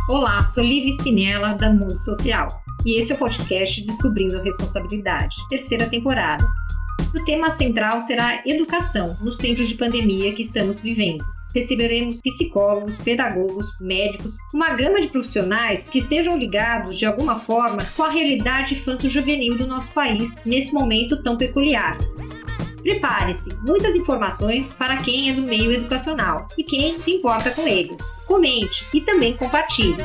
Olá, sou Lívia Spinella, da Mundo Social, e esse é o podcast Descobrindo a Responsabilidade, terceira temporada. O tema central será educação nos tempos de pandemia que estamos vivendo. Receberemos psicólogos, pedagogos, médicos, uma gama de profissionais que estejam ligados, de alguma forma, com a realidade infanto-juvenil do nosso país nesse momento tão peculiar. Prepare-se, muitas informações para quem é do meio educacional e quem se importa com ele. Comente e também compartilhe.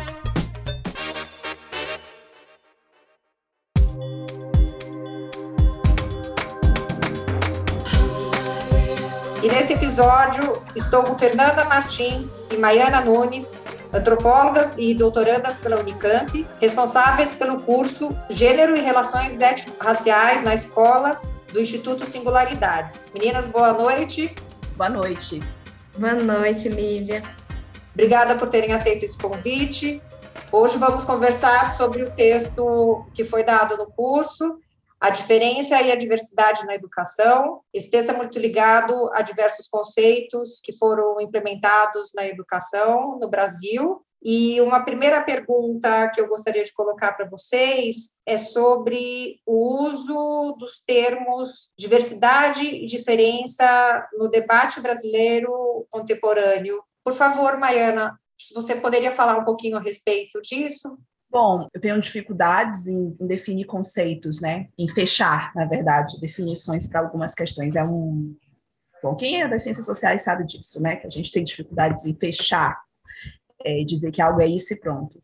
E nesse episódio estou com Fernanda Martins e Maiana Nunes, antropólogas e doutorandas pela Unicamp, responsáveis pelo curso Gênero e Relações Étnico-Raciais na Escola do Instituto Singularidades. Meninas, boa noite. Boa noite. Boa noite, Lívia. Obrigada por terem aceito esse convite. Hoje vamos conversar sobre o texto que foi dado no curso, A Diferença e a Diversidade na Educação. Esse texto é muito ligado a diversos conceitos que foram implementados na educação no Brasil. E uma primeira pergunta que eu gostaria de colocar para vocês é sobre o uso dos termos diversidade e diferença no debate brasileiro contemporâneo. Por favor, Maiana, você poderia falar um pouquinho a respeito disso? Bom, eu tenho dificuldades em definir conceitos, né? Em fechar, na verdade, definições para algumas questões. Bom, quem é das ciências sociais sabe disso, né? Que a gente tem dificuldades em fechar, dizer que algo é isso e pronto.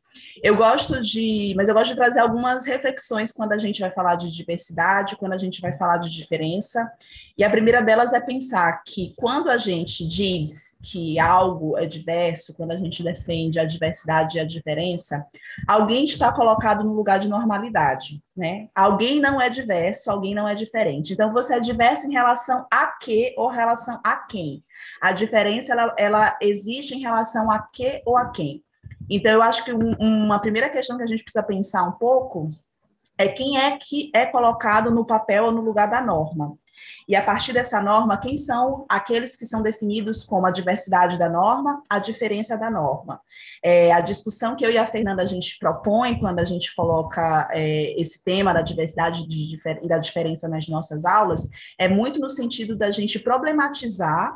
Mas eu gosto de trazer algumas reflexões quando a gente vai falar de diversidade, quando a gente vai falar de diferença. E a primeira delas é pensar que quando a gente diz que algo é diverso, quando a gente defende a diversidade e a diferença, alguém está colocado no lugar de normalidade, né? Alguém não é diverso, alguém não é diferente. Então, você é diverso em relação a quê ou relação a quem? A diferença, ela existe em relação a quê ou a quem. Então, eu acho que uma primeira questão que a gente precisa pensar um pouco é quem é que é colocado no papel ou no lugar da norma. E, a partir dessa norma, quem são aqueles que são definidos como a diversidade da norma, a diferença da norma. A discussão que eu e a Fernanda a gente propõe quando a gente coloca esse tema da diversidade e da diferença nas nossas aulas é muito no sentido da gente problematizar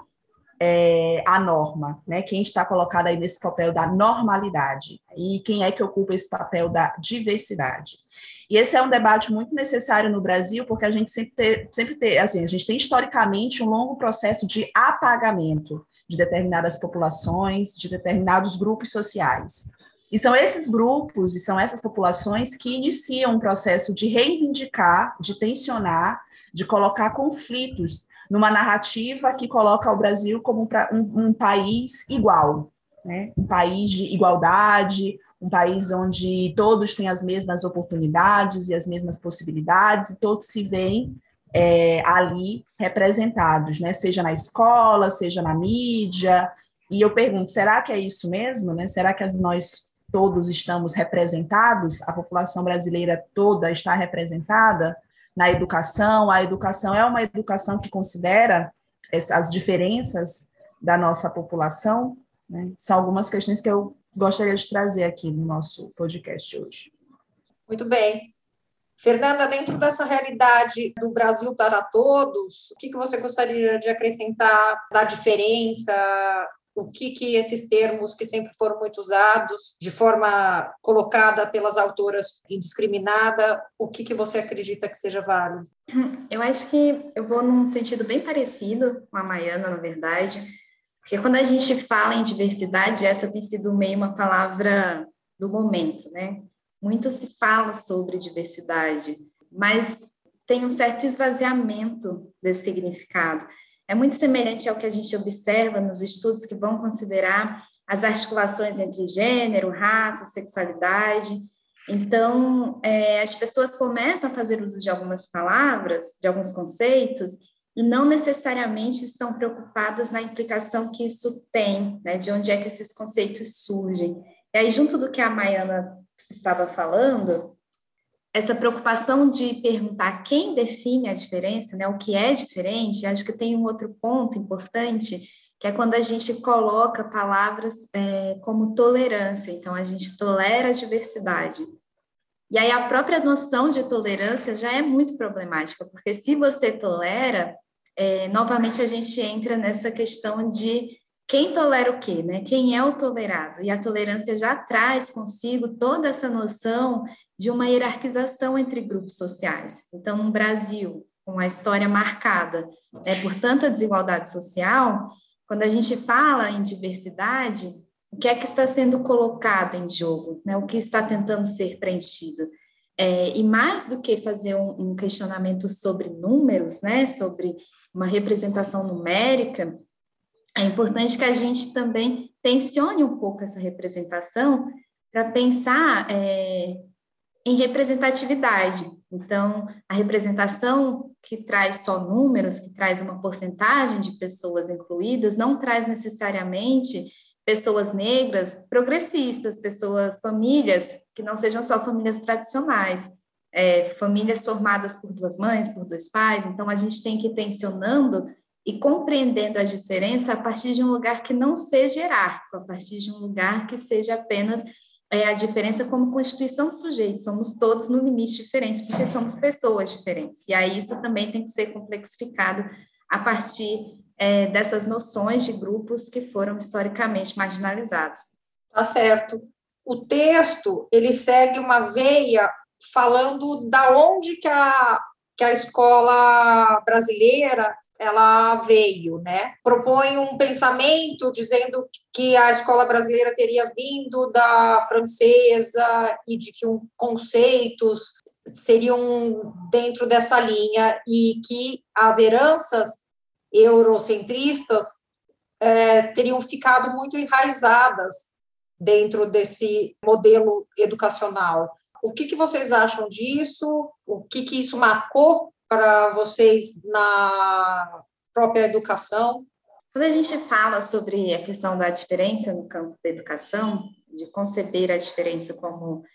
a norma, né? Quem está colocado aí nesse papel da normalidade e quem é que ocupa esse papel da diversidade. E esse é um debate muito necessário no Brasil, porque a gente sempre tem, assim, a gente tem historicamente um longo processo de apagamento de determinadas populações, de determinados grupos sociais. E são esses grupos e são essas populações que iniciam um processo de reivindicar, de tensionar, de colocar conflitos numa narrativa que coloca o Brasil como um país igual, né? Um país de igualdade, um país onde todos têm as mesmas oportunidades e as mesmas possibilidades, e todos se veem ali representados, né? Seja na escola, seja na mídia. E eu pergunto, será que é isso mesmo, né? Será que nós todos estamos representados? A população brasileira toda está representada na educação? A educação é uma educação que considera as diferenças da nossa população, né? São algumas questões que eu gostaria de trazer aqui no nosso podcast hoje. Muito bem. Fernanda, dentro dessa realidade do Brasil para todos, o que você gostaria de acrescentar da diferença? O que esses termos que sempre foram muito usados, de forma colocada pelas autoras indiscriminada, o que você acredita que seja válido? Eu acho que eu vou num sentido bem parecido com a Maiana, na verdade, porque quando a gente fala em diversidade, essa tem sido meio uma palavra do momento, né? Muito se fala sobre diversidade, mas tem um certo esvaziamento desse significado. É muito semelhante ao que a gente observa nos estudos que vão considerar as articulações entre gênero, raça, sexualidade. Então, as pessoas começam a fazer uso de algumas palavras, de alguns conceitos, e não necessariamente estão preocupadas na implicação que isso tem, né? De onde é que esses conceitos surgem. E aí, junto do que a Maiana estava falando, essa preocupação de perguntar quem define a diferença, né, o que é diferente, acho que tem um outro ponto importante, que é quando a gente coloca palavras como tolerância. Então, a gente tolera a diversidade. E aí, a própria noção de tolerância já é muito problemática, porque se você tolera, novamente a gente entra nessa questão de quem tolera o quê, né? Quem é o tolerado? E a tolerância já traz consigo toda essa noção de uma hierarquização entre grupos sociais. Então, no Brasil, com a história marcada por tanta desigualdade social, quando a gente fala em diversidade, o que é que está sendo colocado em jogo, né? O que está tentando ser preenchido? E mais do que fazer um questionamento sobre números, né? Sobre uma representação numérica, é importante que a gente também tensione um pouco essa representação para pensar em representatividade. Então, a representação que traz só números, que traz uma porcentagem de pessoas incluídas, não traz necessariamente pessoas negras progressistas, famílias que não sejam só famílias tradicionais, famílias formadas por duas mães, por dois pais. Então, a gente tem que ir tensionando e compreendendo a diferença a partir de um lugar que não seja hierárquico, a partir de um lugar que seja apenas a diferença como constituição do sujeito. Somos todos no limite diferentes, porque somos pessoas diferentes. E aí isso também tem que ser complexificado a partir dessas noções de grupos que foram historicamente marginalizados. Tá certo. O texto, ele segue uma veia falando da onde que a escola brasileira ela veio, né? Propõe um pensamento dizendo que a escola brasileira teria vindo da francesa e de que conceitos seriam dentro dessa linha e que as heranças eurocentristas teriam ficado muito enraizadas dentro desse modelo educacional. O que vocês acham disso? O que isso marcou para vocês na própria educação? Quando a gente fala sobre a questão da diferença no campo da educação, de conceber a diferença como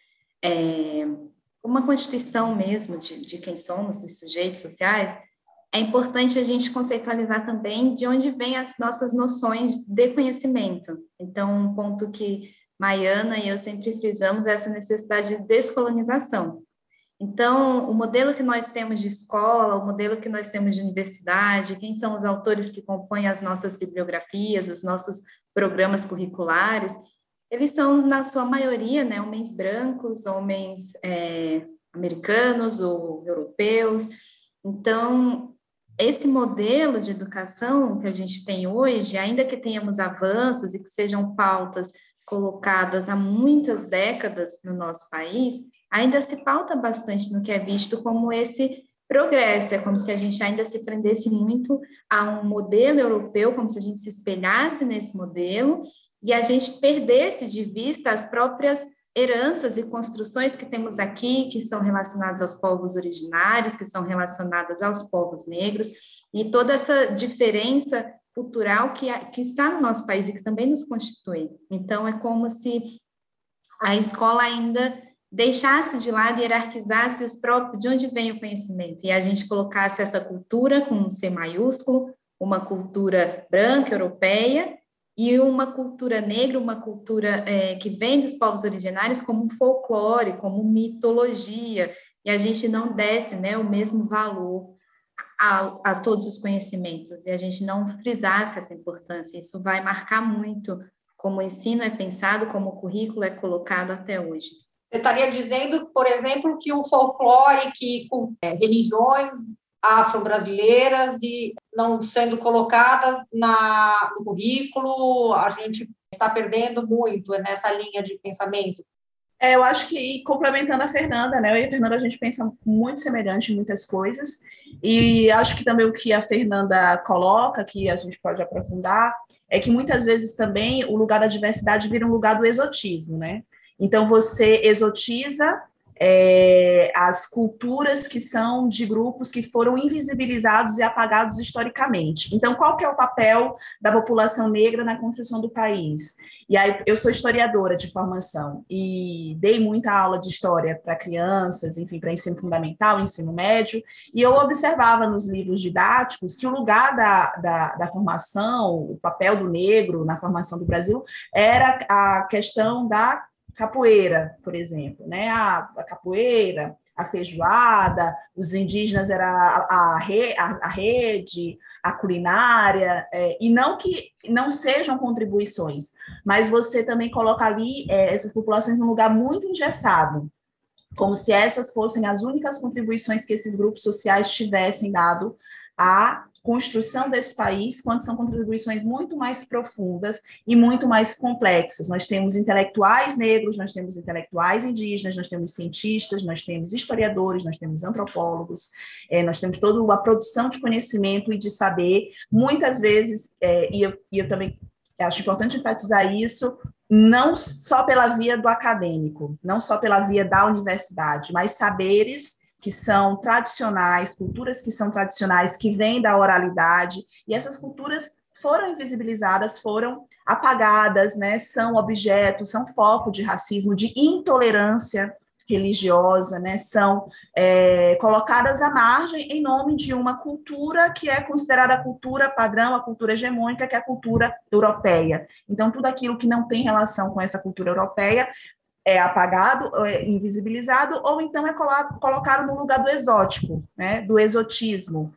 uma constituição mesmo de quem somos, dos sujeitos sociais, é importante a gente conceitualizar também de onde vêm as nossas noções de conhecimento. Então, um ponto que Maiana e eu sempre frisamos é essa necessidade de descolonização. Então, o modelo que nós temos de escola, o modelo que nós temos de universidade, quem são os autores que compõem as nossas bibliografias, os nossos programas curriculares, eles são, na sua maioria, né, homens brancos, homens americanos ou europeus. Então, esse modelo de educação que a gente tem hoje, ainda que tenhamos avanços e que sejam pautas colocadas há muitas décadas no nosso país, ainda se pauta bastante no que é visto como esse progresso. É como se a gente ainda se prendesse muito a um modelo europeu, como se a gente se espelhasse nesse modelo e a gente perdesse de vista as próprias heranças e construções que temos aqui, que são relacionadas aos povos originários, que são relacionadas aos povos negros, e toda essa diferença cultural que está no nosso país e que também nos constitui. Então, é como se a escola ainda deixasse de lado e hierarquizasse de onde vem o conhecimento, e a gente colocasse essa cultura com um C maiúsculo, uma cultura branca, europeia, e uma cultura negra, uma cultura que vem dos povos originários como um folclore, como mitologia, e a gente não desse, né, o mesmo valor a todos os conhecimentos, e a gente não frisasse essa importância. Isso vai marcar muito como o ensino é pensado, como o currículo é colocado até hoje. Você estaria dizendo, por exemplo, que o folclore, que religiões afro-brasileiras e não sendo colocadas no currículo, a gente está perdendo muito nessa linha de pensamento? Eu acho que, complementando a Fernanda, né? Eu e a Fernanda, a gente pensa muito semelhante em muitas coisas, e acho que também o que a Fernanda coloca, que a gente pode aprofundar, é que muitas vezes também o lugar da diversidade vira um lugar do exotismo, né? Então, você exotiza as culturas que são de grupos que foram invisibilizados e apagados historicamente. Então, qual que é o papel da população negra na construção do país? E aí, eu sou historiadora de formação e dei muita aula de história para crianças, enfim, para ensino fundamental, ensino médio, e eu observava nos livros didáticos que o lugar da formação, o papel do negro na formação do Brasil, era a questão da capoeira, por exemplo, né? A capoeira, a feijoada, os indígenas era a rede, a culinária, e não que não sejam contribuições, mas você também coloca ali essas populações num lugar muito engessado, como se essas fossem as únicas contribuições que esses grupos sociais tivessem dado à construção desse país, quando são contribuições muito mais profundas e muito mais complexas. Nós temos intelectuais negros, nós temos intelectuais indígenas, nós temos cientistas, nós temos historiadores, nós temos antropólogos, nós temos toda a produção de conhecimento e de saber, muitas vezes, e eu também acho importante enfatizar isso, não só pela via do acadêmico, não só pela via da universidade, mas saberes que são tradicionais, culturas que são tradicionais, que vêm da oralidade, e essas culturas foram invisibilizadas, foram apagadas, né? São objetos, são foco de racismo, de intolerância religiosa, né? São colocadas à margem em nome de uma cultura que é considerada a cultura padrão, a cultura hegemônica, que é a cultura europeia. Então, tudo aquilo que não tem relação com essa cultura europeia é apagado, é invisibilizado, ou então é colocado no lugar do exótico, né, do exotismo.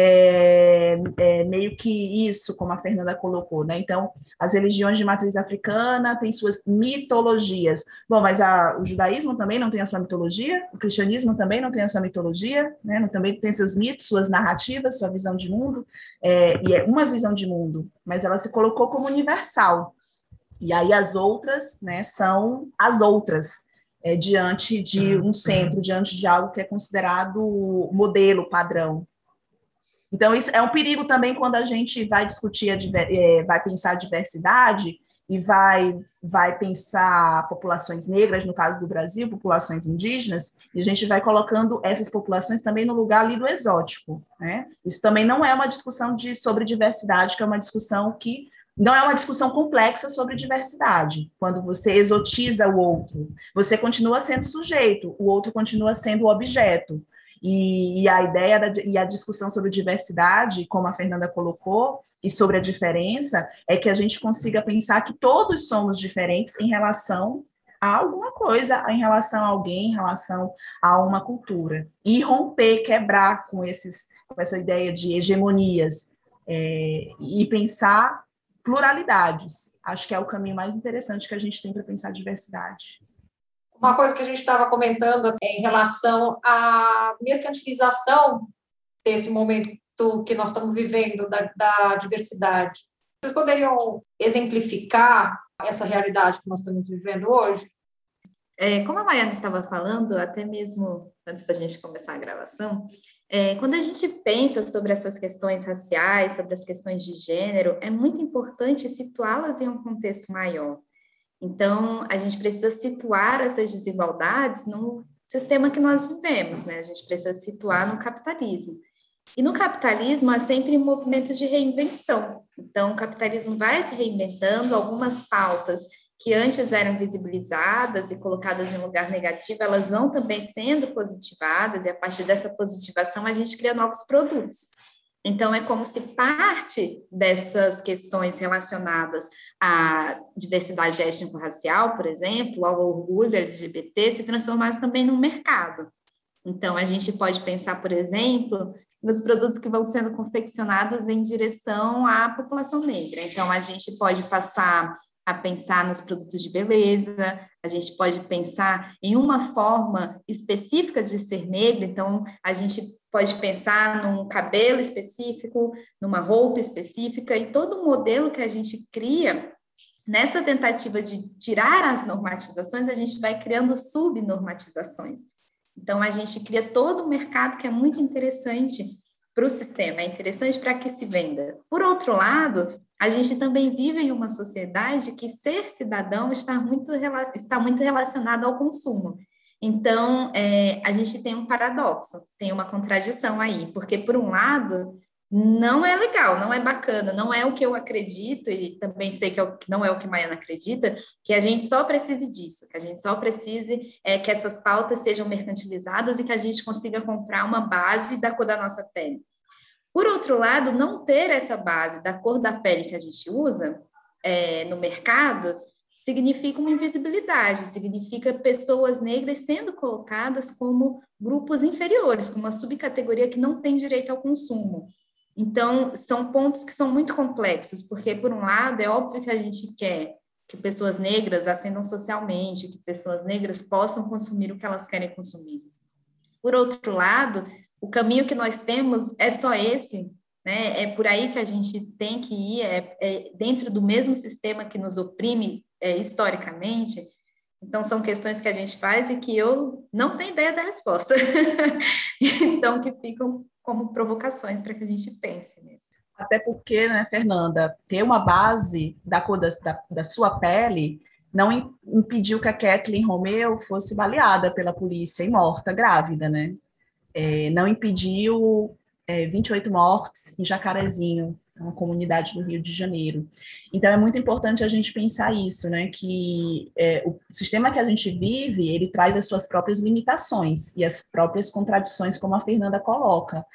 Meio que isso, como a Fernanda colocou, né? Então, as religiões de matriz africana têm suas mitologias. Bom, mas o judaísmo também não tem a sua mitologia, o cristianismo também não tem a sua mitologia, né? Também tem seus mitos, suas narrativas, sua visão de mundo, e é uma visão de mundo, mas ela se colocou como universal. E aí as outras, né, são as outras, diante de um centro, diante de algo que é considerado modelo, padrão. Então, isso é um perigo também quando a gente vai discutir, vai pensar a diversidade e vai pensar populações negras, no caso do Brasil, populações indígenas, e a gente vai colocando essas populações também no lugar ali do exótico, né? Isso também não é uma discussão sobre diversidade, que é uma discussão que não é uma discussão complexa sobre diversidade. Quando você exotiza o outro, você continua sendo sujeito, o outro continua sendo objeto. E a ideia e a discussão sobre diversidade, como a Fernanda colocou, e sobre a diferença, é que a gente consiga pensar que todos somos diferentes em relação a alguma coisa, em relação a alguém, em relação a uma cultura. E romper, quebrar com essa ideia de hegemonias, e pensar pluralidades. Acho que é o caminho mais interessante que a gente tem para pensar diversidade. Uma coisa que a gente estava comentando em relação à mercantilização desse momento que nós estamos vivendo da diversidade. Vocês poderiam exemplificar essa realidade que nós estamos vivendo hoje? Como a Maiana estava falando, até mesmo antes da gente começar a gravação, quando a gente pensa sobre essas questões raciais, sobre as questões de gênero, é muito importante situá-las em um contexto maior. Então, a gente precisa situar essas desigualdades no sistema que nós vivemos, né? A gente precisa situar no capitalismo. E no capitalismo há sempre movimentos de reinvenção. Então, o capitalismo vai se reinventando, algumas pautas que antes eram visibilizadas e colocadas em lugar negativo, elas vão também sendo positivadas, e a partir dessa positivação a gente cria novos produtos. Então, é como se parte dessas questões relacionadas à diversidade étnico-racial, por exemplo, ao orgulho LGBT, se transformasse também num mercado. Então, a gente pode pensar, por exemplo, nos produtos que vão sendo confeccionados em direção à população negra. Então, a gente pode passar a pensar nos produtos de beleza, a gente pode pensar em uma forma específica de ser negro, então a gente pode pensar num cabelo específico, numa roupa específica, e todo o modelo que a gente cria, nessa tentativa de tirar as normatizações, a gente vai criando subnormatizações. Então, a gente cria todo um mercado que é muito interessante para o sistema, é interessante para que se venda. Por outro lado, a gente também vive em uma sociedade que ser cidadão está muito relacionado ao consumo. Então, a gente tem um paradoxo, tem uma contradição aí, porque, por um lado, não é legal, não é bacana, não é o que eu acredito, e também sei que não é o que Maiana acredita, que a gente só precise disso, que a gente só precise que essas pautas sejam mercantilizadas e que a gente consiga comprar uma base da cor da nossa pele. Por outro lado, não ter essa base da cor da pele que a gente usa no mercado significa uma invisibilidade, significa pessoas negras sendo colocadas como grupos inferiores, como uma subcategoria que não tem direito ao consumo. Então, são pontos que são muito complexos, porque, por um lado, é óbvio que a gente quer que pessoas negras ascendam socialmente, que pessoas negras possam consumir o que elas querem consumir. Por outro lado, o caminho que nós temos é só esse, né? É por aí que a gente tem que ir, dentro do mesmo sistema que nos oprime historicamente. Então, são questões que a gente faz e que eu não tenho ideia da resposta. Então, que ficam como provocações para que a gente pense mesmo. Até porque, né, Fernanda, ter uma base da cor da sua pele não impediu que a Kathleen Romeu fosse baleada pela polícia e morta, grávida, né? Não impediu 28 mortes em Jacarezinho, uma comunidade do Rio de Janeiro. Então, é muito importante a gente pensar isso, né? Que o sistema que a gente vive, ele traz as suas próprias limitações e as próprias contradições, como a Fernanda coloca.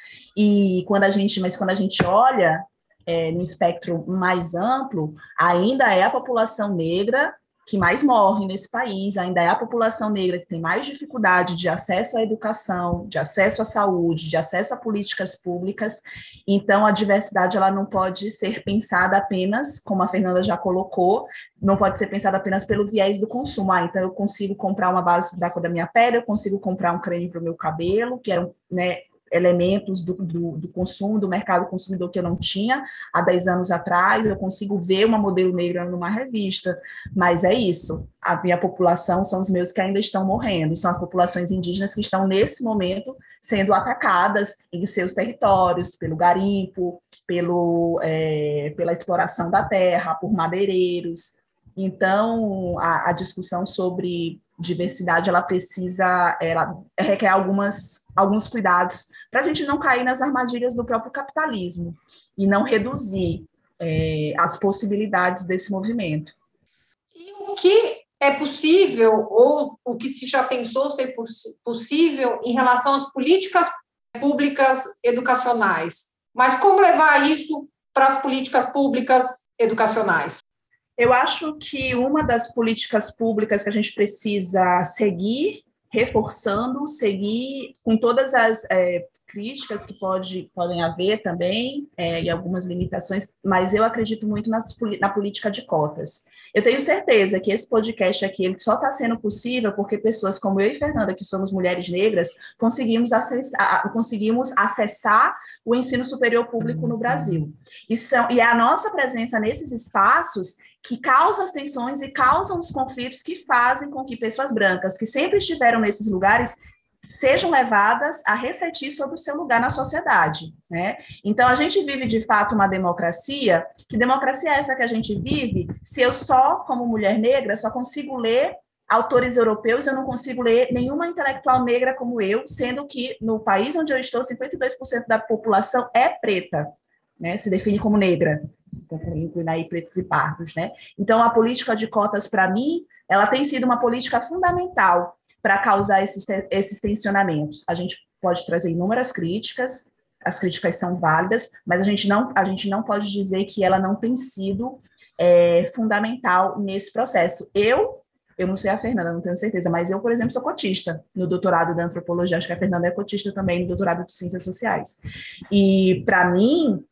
Mas quando a gente olha no espectro mais amplo, ainda é a população negra que mais morre nesse país, ainda é a população negra que tem mais dificuldade de acesso à educação, de acesso à saúde, de acesso a políticas públicas. Então, a diversidade ela não pode ser pensada apenas, como a Fernanda já colocou, não pode ser pensada apenas pelo viés do consumo. Então, eu consigo comprar uma base da cor da minha pele, eu consigo comprar um creme para o meu cabelo, que eram, né, elementos do consumo, do mercado consumidor que eu não tinha há 10 anos atrás, eu consigo ver uma modelo negra numa revista, mas é isso, a minha população são os meus que ainda estão morrendo, são as populações indígenas que estão, nesse momento, sendo atacadas em seus territórios, pelo garimpo, pela exploração da terra, por madeireiros. Então, a discussão sobre diversidade, ela requer alguns cuidados para a gente não cair nas armadilhas do próprio capitalismo e não reduzir as possibilidades desse movimento. E o que é possível, ou o que se já pensou ser possível em relação às políticas públicas educacionais? Mas como levar isso para as políticas públicas educacionais? Eu acho que uma das políticas públicas que a gente precisa seguir, reforçando, seguir com todas as críticas que podem haver também, e algumas limitações, mas eu acredito muito na política de cotas. Eu tenho certeza que esse podcast aqui ele só está sendo possível porque pessoas como eu e Fernanda, que somos mulheres negras, conseguimos acessar o ensino superior público no Brasil. E a nossa presença nesses espaços que causam as tensões e causam os conflitos que fazem com que pessoas brancas que sempre estiveram nesses lugares sejam levadas a refletir sobre o seu lugar na sociedade, né? Então, a gente vive, de fato, uma democracia. Que democracia é essa que a gente vive se eu só, como mulher negra, só consigo ler autores europeus, eu não consigo ler nenhuma intelectual negra como eu, sendo que no país onde eu estou, 52% da população é preta, né? Se define como negra, incluindo aí pretos e pardos, né? Então, a política de cotas, para mim, ela tem sido uma política fundamental para causar esses tensionamentos. A gente pode trazer inúmeras críticas, as críticas são válidas, mas a gente não pode dizer que ela não tem sido fundamental nesse processo. Eu não sei a Fernanda, não tenho certeza, mas eu, por exemplo, sou cotista no doutorado da antropologia, acho que a Fernanda é cotista também no doutorado de ciências sociais. E, para mim,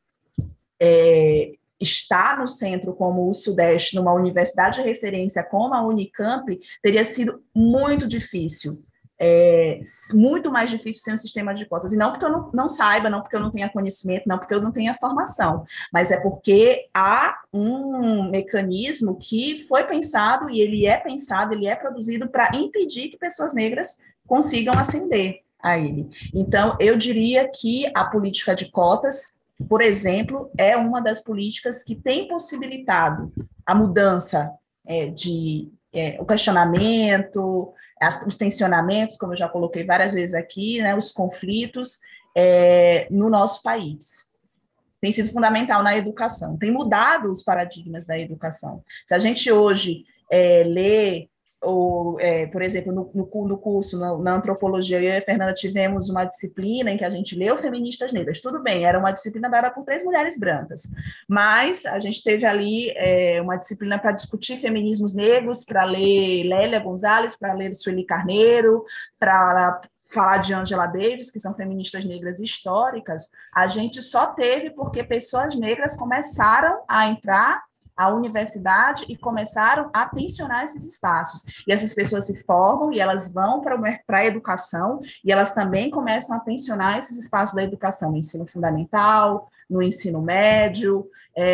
estar no centro como o Sudeste, numa universidade de referência como a Unicamp, teria sido muito difícil, muito mais difícil sem um sistema de cotas, e não porque eu não saiba, não porque eu não tenha conhecimento, não porque eu não tenha formação, mas é porque há um mecanismo que foi pensado, e ele é produzido para impedir que pessoas negras consigam ascender a ele. Então, eu diria que a política de cotas, por exemplo, é uma das políticas que tem possibilitado a mudança de o questionamento, os tensionamentos, como eu já coloquei várias vezes aqui, né, os conflitos no nosso país. Tem sido fundamental na educação, tem mudado os paradigmas da educação. Se a gente hoje lê, por exemplo, no curso, na antropologia, eu e a Fernanda tivemos uma disciplina em que a gente leu feministas negras. Tudo bem, era uma disciplina dada por 3 mulheres brancas, mas a gente teve ali uma disciplina para discutir feminismos negros, para ler Lélia Gonzalez, para ler Sueli Carneiro, para falar de Angela Davis, que são feministas negras históricas. A gente só teve porque pessoas negras começaram a entrar à universidade e começaram a tensionar esses espaços. E essas pessoas se formam e elas vão para a educação e elas também começam a tensionar esses espaços da educação, no ensino fundamental, no ensino médio.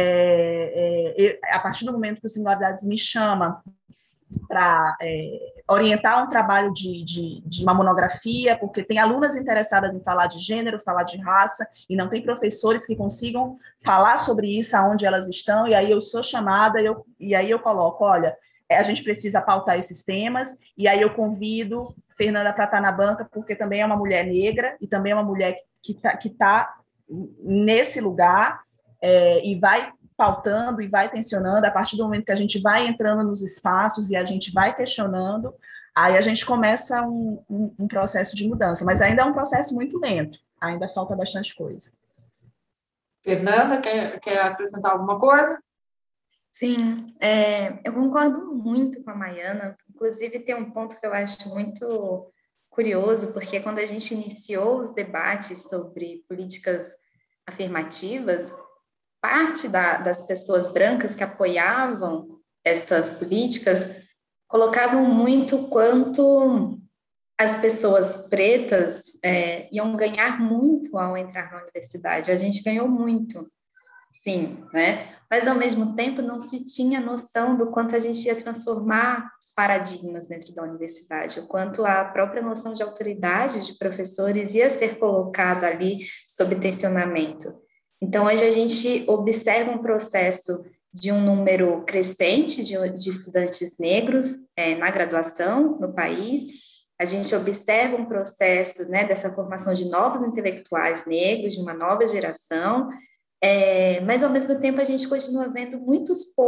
A partir do momento que o Singularidades me chama para orientar um trabalho de uma monografia, porque tem alunas interessadas em falar de gênero, falar de raça, e não tem professores que consigam falar sobre isso aonde elas estão, e aí eu sou chamada, e aí eu coloco, olha, a gente precisa pautar esses temas, e aí eu convido Fernanda para estar na banca, porque também é uma mulher negra, e também é uma mulher que tá nesse lugar, e vai pautando e vai tensionando, a partir do momento que a gente vai entrando nos espaços e a gente vai questionando, aí a gente começa um processo de mudança, mas ainda é um processo muito lento, ainda falta bastante coisa. Fernanda, quer acrescentar alguma coisa? Sim, eu concordo muito com a Maiana, inclusive tem um ponto que eu acho muito curioso, porque quando a gente iniciou os debates sobre políticas afirmativas, parte das pessoas brancas que apoiavam essas políticas colocavam muito quanto as pessoas pretas iam ganhar muito ao entrar na universidade. A gente ganhou muito, sim, né? Mas, ao mesmo tempo, não se tinha noção do quanto a gente ia transformar os paradigmas dentro da universidade, o quanto a própria noção de autoridade de professores ia ser colocada ali sob tensionamento. Então, hoje a gente observa um processo de um número crescente de estudantes negros na graduação no país. A gente observa um processo, né, dessa formação de novos intelectuais negros, de uma nova geração, mas, ao mesmo tempo, a gente continua vendo muito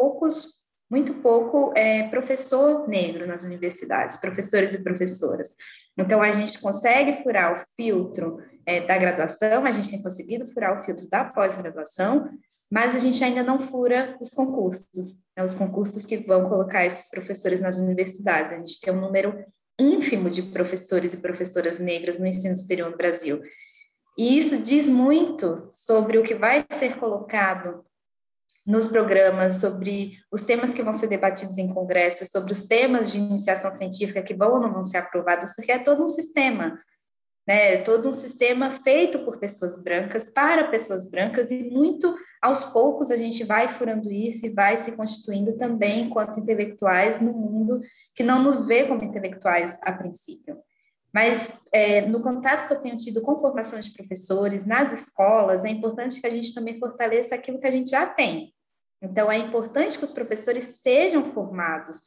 pouco professor negro nas universidades, professores e professoras. Então, a gente consegue furar o filtro da graduação, a gente tem conseguido furar o filtro da pós-graduação, mas a gente ainda não fura os concursos, né, os concursos que vão colocar esses professores nas universidades. A gente tem um número ínfimo de professores e professoras negras no ensino superior no Brasil. E isso diz muito sobre o que vai ser colocado nos programas, sobre os temas que vão ser debatidos em congressos, sobre os temas de iniciação científica que vão ou não vão ser aprovados, porque é todo um sistema, né? Todo um sistema feito por pessoas brancas, para pessoas brancas, e muito aos poucos a gente vai furando isso e vai se constituindo também enquanto intelectuais no mundo que não nos vê como intelectuais a princípio. Mas no contato que eu tenho tido com formação de professores, nas escolas, é importante que a gente também fortaleça aquilo que a gente já tem. Então, é importante que os professores sejam formados.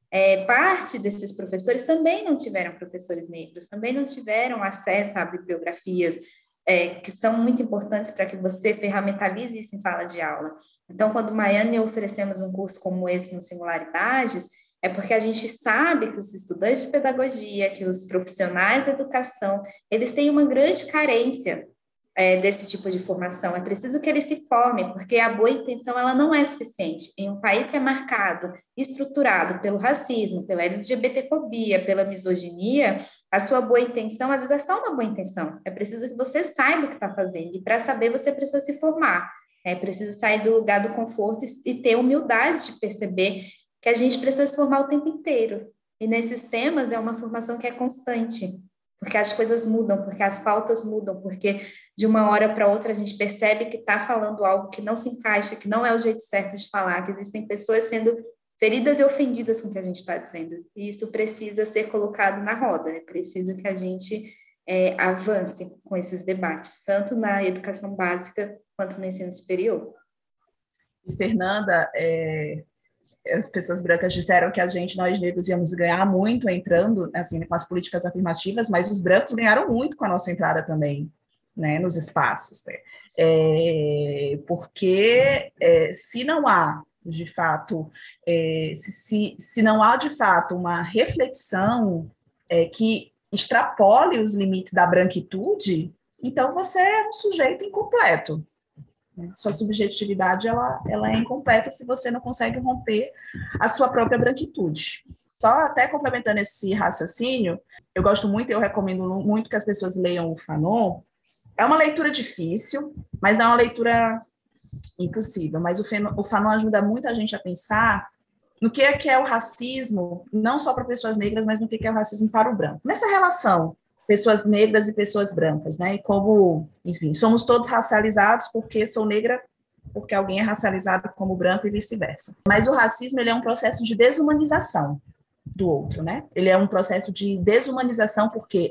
Parte desses professores também não tiveram professores negros, também não tiveram acesso a bibliografias que são muito importantes para que você ferramentalize isso em sala de aula. Então, quando Maiana e eu oferecemos um curso como esse no Singularidades, é porque a gente sabe que os estudantes de pedagogia, que os profissionais da educação, eles têm uma grande carência desse tipo de formação. É preciso que eles se formem, porque a boa intenção ela não é suficiente. Em um país que é marcado, estruturado pelo racismo, pela LGBTfobia, pela misoginia, a sua boa intenção, às vezes, é só uma boa intenção. É preciso que você saiba o que está fazendo, e para saber você precisa se formar. É preciso sair do lugar do conforto e ter humildade de perceber que a gente precisa se formar o tempo inteiro. E nesses temas é uma formação que é constante, porque as coisas mudam, porque as pautas mudam, porque de uma hora para outra a gente percebe que está falando algo que não se encaixa, que não é o jeito certo de falar, que existem pessoas sendo feridas e ofendidas com o que a gente está dizendo. E isso precisa ser colocado na roda, é preciso que a gente avance com esses debates, tanto na educação básica quanto no ensino superior. E, Fernanda, as pessoas brancas disseram que nós negros, íamos ganhar muito entrando, assim, com as políticas afirmativas, mas os brancos ganharam muito com a nossa entrada também, né, nos espaços, né? Porque se não há, de fato, se não há, de fato, uma reflexão que extrapole os limites da branquitude, então você é um sujeito incompleto. Sua subjetividade ela é incompleta se você não consegue romper a sua própria branquitude. Só até complementando esse raciocínio, eu gosto muito, eu recomendo muito que as pessoas leiam o Fanon. É uma leitura difícil, mas não é uma leitura impossível. Mas o Fanon ajuda muito a gente a pensar no que é o racismo, não só para pessoas negras, mas no que é o racismo para o branco. Nessa relação pessoas negras e pessoas brancas, né? E como, enfim, somos todos racializados porque sou negra, porque alguém é racializado como branco e vice-versa. Mas o racismo, ele é um processo de desumanização do outro, né? Ele é um processo de desumanização porque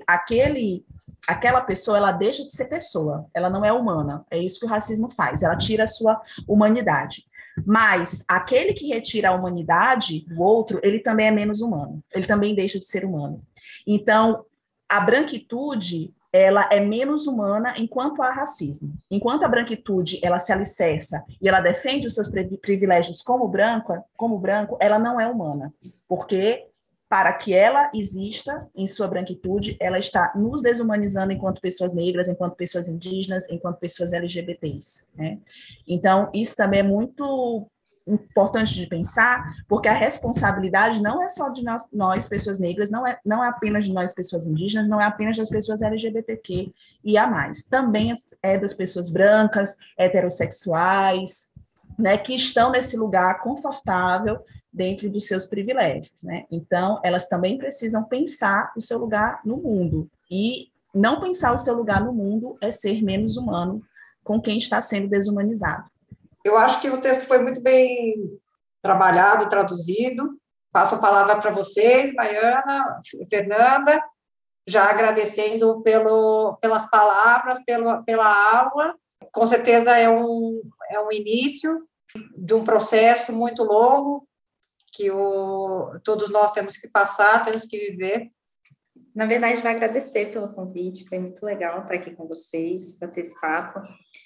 aquela pessoa, ela deixa de ser pessoa, ela não é humana. É isso que o racismo faz, ela tira a sua humanidade. Mas aquele que retira a humanidade do outro, ele também é menos humano, ele também deixa de ser humano. Então, a branquitude, ela é menos humana enquanto há racismo. Enquanto a branquitude, ela se alicerça e ela defende os seus privilégios como branco, ela não é humana. Porque, para que ela exista em sua branquitude, ela está nos desumanizando enquanto pessoas negras, enquanto pessoas indígenas, enquanto pessoas LGBTs, né? Então, isso também é muito importante de pensar, porque a responsabilidade não é só de nós pessoas negras, não é apenas de nós, pessoas indígenas, não é apenas das pessoas LGBTQ e a mais. Também é das pessoas brancas, heterossexuais, né, que estão nesse lugar confortável dentro dos seus privilégios, né? Então, elas também precisam pensar o seu lugar no mundo. E não pensar o seu lugar no mundo é ser menos humano com quem está sendo desumanizado. Eu acho que o texto foi muito bem trabalhado, traduzido. Passo a palavra para vocês, Maiana, Fernanda, já agradecendo pelas palavras, pela aula. Com certeza é um início de um processo muito longo que todos nós temos que passar, temos que viver. Na verdade, vou agradecer pelo convite, foi muito legal estar aqui com vocês, bater esse papo.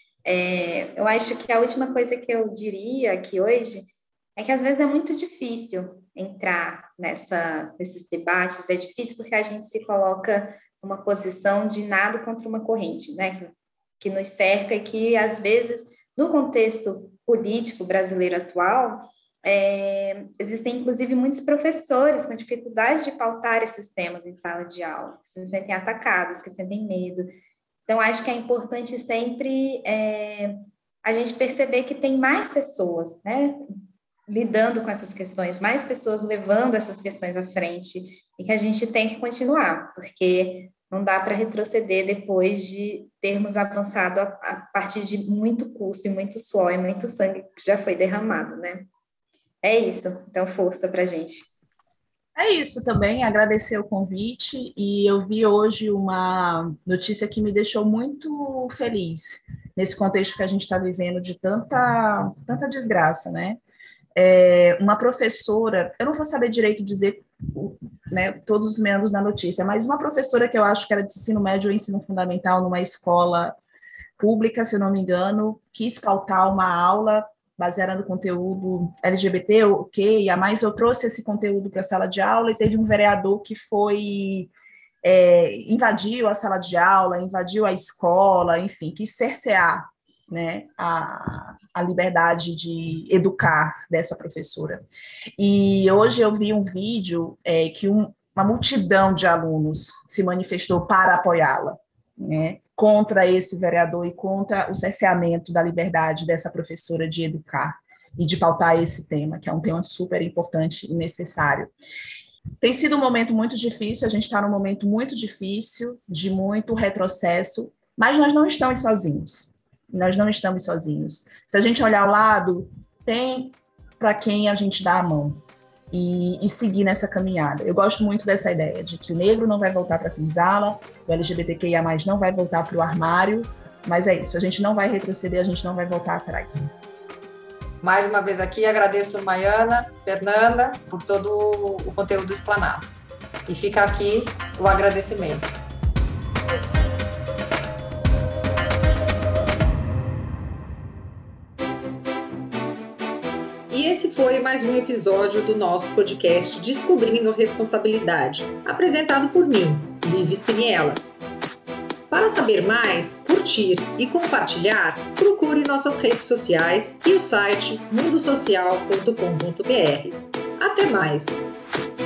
Eu acho que a última coisa que eu diria aqui hoje é que às vezes é muito difícil entrar nesses debates, é difícil porque a gente se coloca numa posição de nado contra uma corrente, né, que nos cerca e que às vezes, no contexto político brasileiro atual, existem inclusive muitos professores com dificuldade de pautar esses temas em sala de aula, que se sentem atacados, que sentem medo. Então, acho que é importante sempre a gente perceber que tem mais pessoas, né, lidando com essas questões, mais pessoas levando essas questões à frente e que a gente tem que continuar, porque não dá para retroceder depois de termos avançado a partir de muito custo e muito suor e muito sangue que já foi derramado, né? É isso. Então, força para a gente. É isso também, agradecer o convite, e eu vi hoje uma notícia que me deixou muito feliz, nesse contexto que a gente está vivendo de tanta desgraça, né? Uma professora, eu não vou saber direito dizer, né, todos os meandros da notícia, mas uma professora que eu acho que era de ensino médio ou ensino fundamental numa escola pública, se eu não me engano, quis pautar uma aula baseada no conteúdo LGBT, ok, a mais eu trouxe esse conteúdo para a sala de aula e teve um vereador que foi, invadiu a sala de aula, invadiu a escola, enfim, quis cercear, né, a liberdade de educar dessa professora. E hoje eu vi um vídeo que uma multidão de alunos se manifestou para apoiá-la, né, contra esse vereador e contra o cerceamento da liberdade dessa professora de educar e de pautar esse tema, que é um tema super importante e necessário. Tem sido um momento muito difícil, a gente está num momento muito difícil, de muito retrocesso, mas nós não estamos sozinhos. Nós não estamos sozinhos. Se a gente olhar ao lado, tem para quem a gente dá a mão e seguir nessa caminhada. Eu gosto muito dessa ideia de que o negro não vai voltar para a senzala, o LGBTQIA+, não vai voltar para o armário, mas é isso, a gente não vai retroceder, a gente não vai voltar atrás. Mais uma vez aqui, agradeço Maiana, Fernanda, por todo o conteúdo explanado. E fica aqui o agradecimento. E esse foi mais um episódio do nosso podcast Descobrindo Responsabilidade, apresentado por mim, Lívia Spiniella. Para saber mais, curtir e compartilhar, procure nossas redes sociais e o site mundosocial.com.br. Até mais!